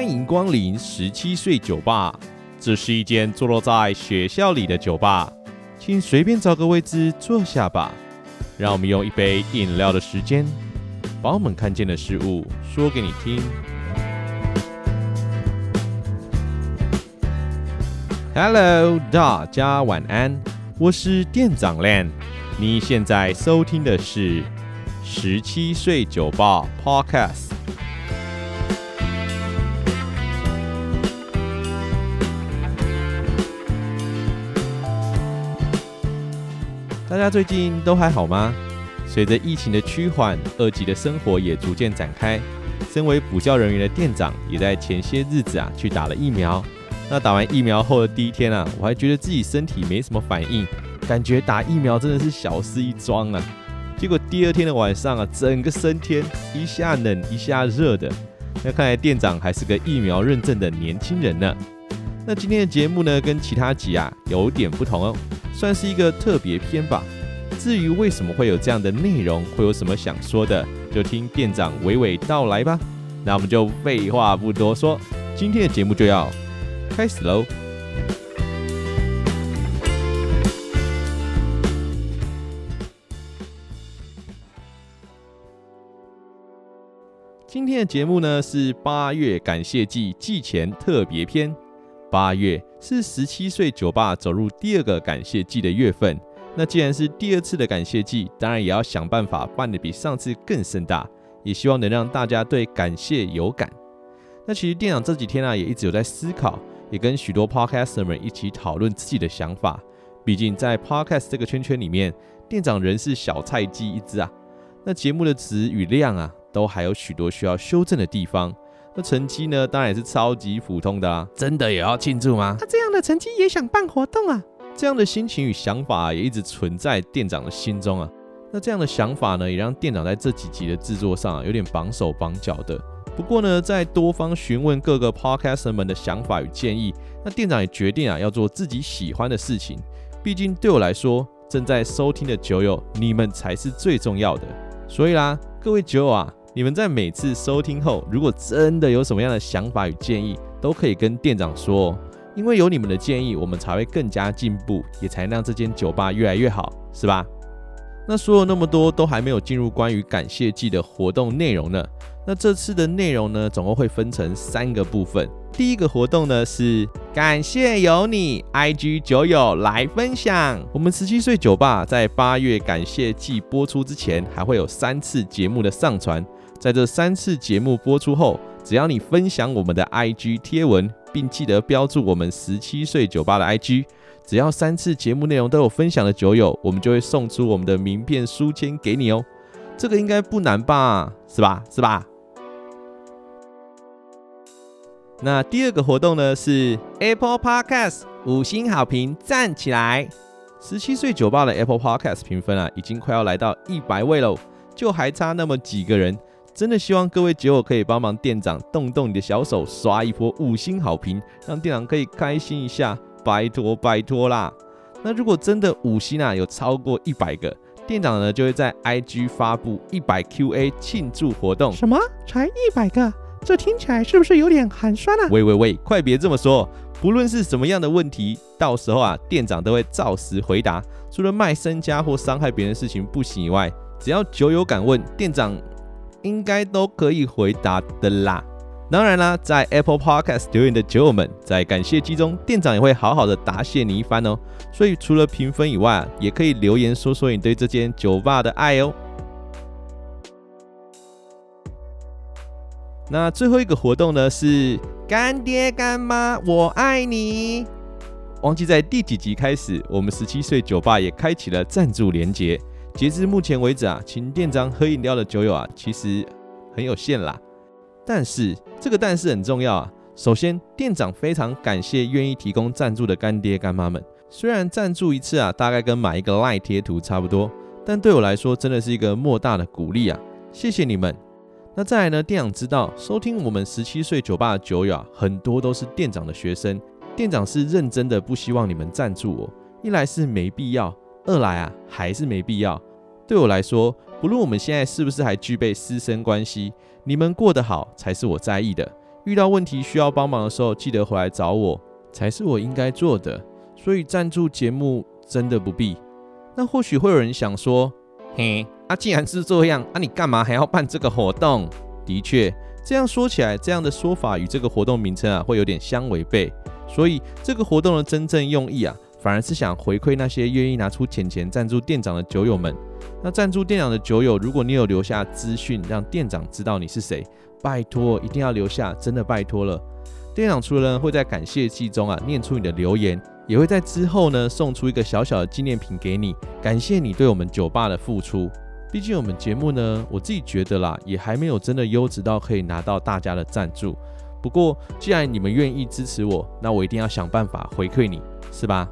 欢迎光临17岁酒吧，这是一间坐落在学校里的酒吧，请随便找个位置坐下吧。让我们用一杯饮料的时间，把我们看见的事物说给你听。Hello， 大家晚安，我是店长 Lan。你现在收听的是17岁酒吧 Podcast。大家最近都还好吗？随着疫情的趋缓，2级的生活也逐渐展开。身为补教人员的店长，也在前些日子去打了疫苗。那打完疫苗后的第一天我还觉得自己身体没什么反应，感觉打疫苗真的是小事一桩结果第2天的晚上整个升天，一下冷一下热的。那看来店长还是个疫苗认证的年轻人呢。那今天的节目呢，跟其他集有点不同哦，算是一个特别篇吧。至于为什么会有这样的内容，会有什么想说的，就听店长娓娓道来吧。那我们就废话不多说，今天的节目就要开始喽。今天的节目呢是8月感谢季季前特别篇。8月是17岁酒吧走入第2个感谢季的月份。那既然是第2次的感谢季，当然也要想办法办得比上次更盛大，也希望能让大家对感谢有感。那其实店长这几天也一直有在思考，也跟许多 podcaster 们一起讨论自己的想法。毕竟在 podcast 这个圈圈里面，店长仍是小菜鸡一只那节目的质与量都还有许多需要修正的地方。那成绩呢，当然也是超级普通的真的也要庆祝吗？ 这样的成绩也想办活动这样的心情与想法也一直存在店长的心中那这样的想法呢，也让店长在这几集的制作上有点绑手绑脚的。不过呢，在多方询问各个 podcaster 们的想法与建议，那店长也决定要做自己喜欢的事情。毕竟对我来说，正在收听的酒友，你们才是最重要的。所以啦，各位酒友你们在每次收听后，如果真的有什么样的想法与建议，都可以跟店长说因为有你们的建议，我们才会更加进步，也才能让这间酒吧越来越好，是吧？那说了那么多，都还没有进入关于感谢季的活动内容呢。那这次的内容呢，总共会分成3个部分。第一个活动呢是感谢有你 IG 酒友来分享。我们17岁酒吧在8月感谢季播出之前，还会有3次节目的上传。在这3次节目播出后，只要你分享我们的 IG 贴文，并记得标注我们17岁酒吧的 IG， 只要3次节目内容都有分享的酒友，我们就会送出我们的名片书签给你哦。这个应该不难吧？是吧？那第2个活动呢是 Apple Podcast 5星好评站起来。17岁酒吧的 Apple Podcast 评分已经快要来到100位喽，就还差那么几个人。真的希望各位酒友可以帮忙店长动动你的小手，刷一波5星好评，让店长可以开心一下，拜托啦。那如果真的5星有超过100个，店长呢就会在 IG 发布100 QA 庆祝活动。 什么？才100个？这听起来是不是有点寒酸喂，快别这么说，不论是什么样的问题，到时候店长都会照实回答。除了卖身家或伤害别人的事情不行以外，只要酒友敢问，店长应该都可以回答的啦。当然啦，在 Apple Podcast 留言的酒友们，在感谢季中，店长也会好好的答谢你一番哦。所以除了评分以外也可以留言说说你对这间酒吧的爱哦。那最后一个活动呢是干爹干妈我爱你。忘记在第几集开始，我们17岁酒吧也开启了赞助连结。截至目前为止请店长喝饮料的酒友其实很有限啦。但是这个但是很重要首先，店长非常感谢愿意提供赞助的干爹干妈们。虽然赞助一次大概跟买一个 LINE 贴图差不多，但对我来说真的是一个莫大的鼓励谢谢你们。那再来呢，店长知道收听我们17岁酒吧的酒友很多都是店长的学生，店长是认真的不希望你们赞助我，一来是没必要，二来还是没必要。对我来说，不论我们现在是不是还具备师生关系，你们过得好才是我在意的。 遇到问题需要帮忙的时候，记得回来找我，才是我应该做的。所以赞助节目真的不必。那或许会有人想说，嘿，既然是这样，你干嘛还要办这个活动？的确，这样说起来，这样的说法与这个活动名称会有点相违背。所以这个活动的真正用意反而是想回馈那些愿意拿出钱赞助店长的酒友们。那赞助店长的酒友，如果你有留下资讯，让店长知道你是谁，拜托一定要留下，真的拜托了。店长除了会在感谢季中念出你的留言，也会在之后呢送出一个小小的纪念品给你，感谢你对我们酒吧的付出。毕竟我们节目呢，我自己觉得啦，也还没有真的优质到可以拿到大家的赞助。不过既然你们愿意支持我，那我一定要想办法回馈你，是吧？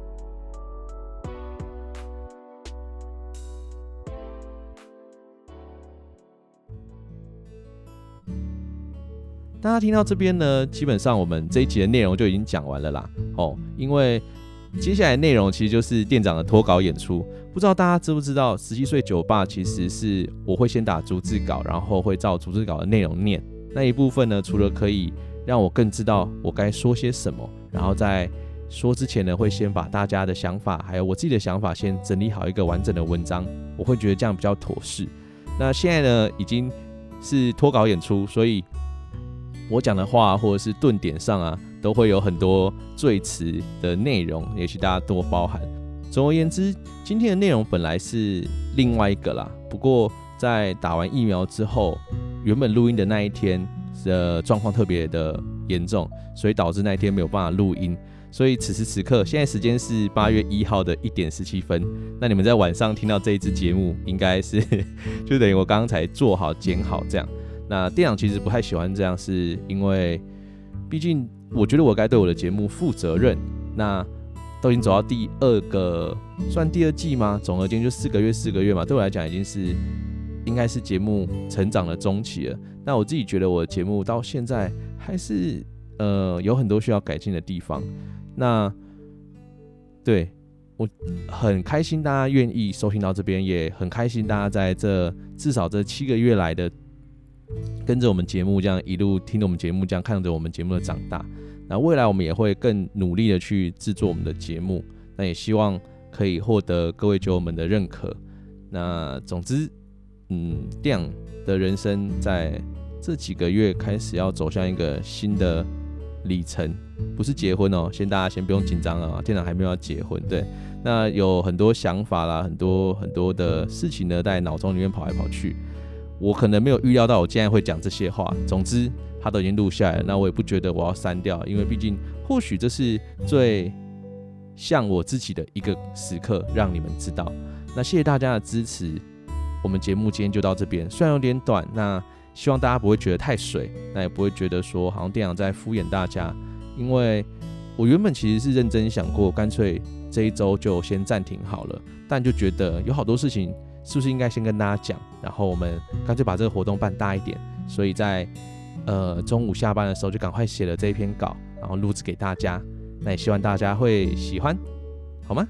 大家听到这边呢，基本上我们这一集的内容就已经讲完了啦。因为接下来的内容其实就是店长的脱稿演出。不知道大家知不知道，17岁酒吧其实是我会先打逐字稿，然后会照逐字稿的内容念。那一部分呢，除了可以让我更知道我该说些什么，然后在说之前呢，会先把大家的想法还有我自己的想法先整理好一个完整的文章，我会觉得这样比较妥适。那现在呢，已经是脱稿演出，所以我讲的话或者是顿点上都会有很多赘词的内容，也许大家多包涵。总而言之，今天的内容本来是另外一个啦，不过在打完疫苗之后，原本录音的那一天的状况特别的严重，所以导致那一天没有办法录音。所以此时此刻，现在时间是8月1号的1点17分。那你们在晚上听到这一支节目，应该是就等于我刚刚才做好剪好这样。那店长其实不太喜欢这样，是因为毕竟我觉得我该对我的节目负责任。那都已经走到第2个，算第2季吗？总而言之就4个月嘛，对我来讲已经是应该是节目成长的中期了。那我自己觉得我的节目到现在还是有很多需要改进的地方。那对我很开心大家愿意收听到这边，也很开心大家在至少这7个月来的跟着我们节目这样一路听着我们节目这样看着我们节目的长大。那未来我们也会更努力的去制作我们的节目，那也希望可以获得各位酒友们的认可。那总之店长的人生在这几个月开始要走向一个新的里程，不是结婚大家先不用紧张了，店长还没有要结婚。对，那有很多想法啦，很多的事情呢在脑中里面跑来跑去，我可能没有预料到我竟然会讲这些话。总之他都已经录下来了，那我也不觉得我要删掉，因为毕竟或许这是最像我自己的一个时刻，让你们知道。那谢谢大家的支持，我们节目今天就到这边，虽然有点短，那希望大家不会觉得太水，那也不会觉得说好像店长在敷衍大家，因为我原本其实是认真想过，干脆这一周就先暂停好了，但就觉得有好多事情是不是应该先跟大家讲，然后我们干脆把这个活动办大一点，所以在中午下班的时候就赶快写了这一篇稿，然后录制给大家。那也希望大家会喜欢，好吗？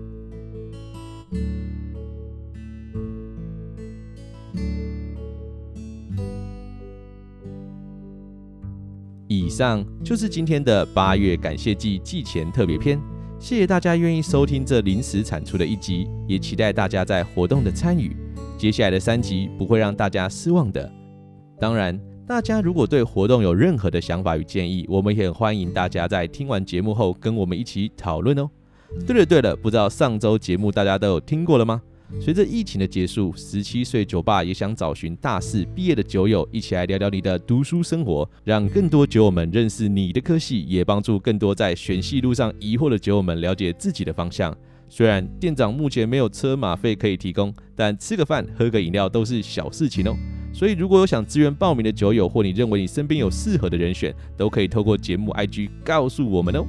以上就是今天的8月感谢季季前特别篇，谢谢大家愿意收听这临时产出的一集，也期待大家在活动的参与。接下来的3集不会让大家失望的。当然，大家如果对活动有任何的想法与建议，我们也很欢迎大家在听完节目后跟我们一起讨论哦。对了，不知道上周节目大家都有听过了吗？随着疫情的结束，17岁酒吧也想找寻大4毕业的酒友，一起来聊聊你的读书生活，让更多酒友们认识你的科系，也帮助更多在选系路上疑惑的酒友们了解自己的方向。虽然店长目前没有车马费可以提供，但吃个饭喝个饮料都是小事情哦。所以如果有想自愿报名的酒友，或你认为你身边有适合的人选，都可以透过节目 IG 告诉我们哦。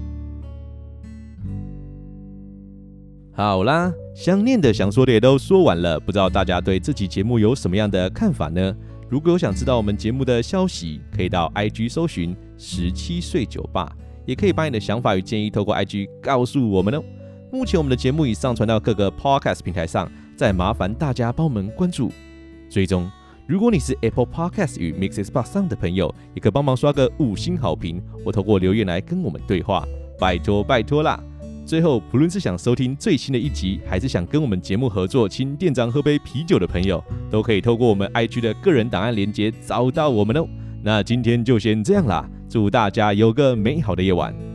好啦，想念的想说的也都说完了，不知道大家对这期节目有什么样的看法呢？如果有想知道我们节目的消息，可以到 IG 搜寻17岁酒吧，也可以把你的想法与建议透过 IG 告诉我们哦。目前我们的节目已上传到各个 Podcast 平台上，再麻烦大家帮我们关注、追踪、 如果你是 Apple Podcast 与 Mixerbox 上的朋友，也可帮忙刷个5星好评，或透过留言来跟我们对话，拜托拜托啦！最后，不论是想收听最新的一集，还是想跟我们节目合作，请店长喝杯啤酒的朋友，都可以透过我们 IG 的个人档案连结找到我们哦。那今天就先这样啦，祝大家有个美好的夜晚。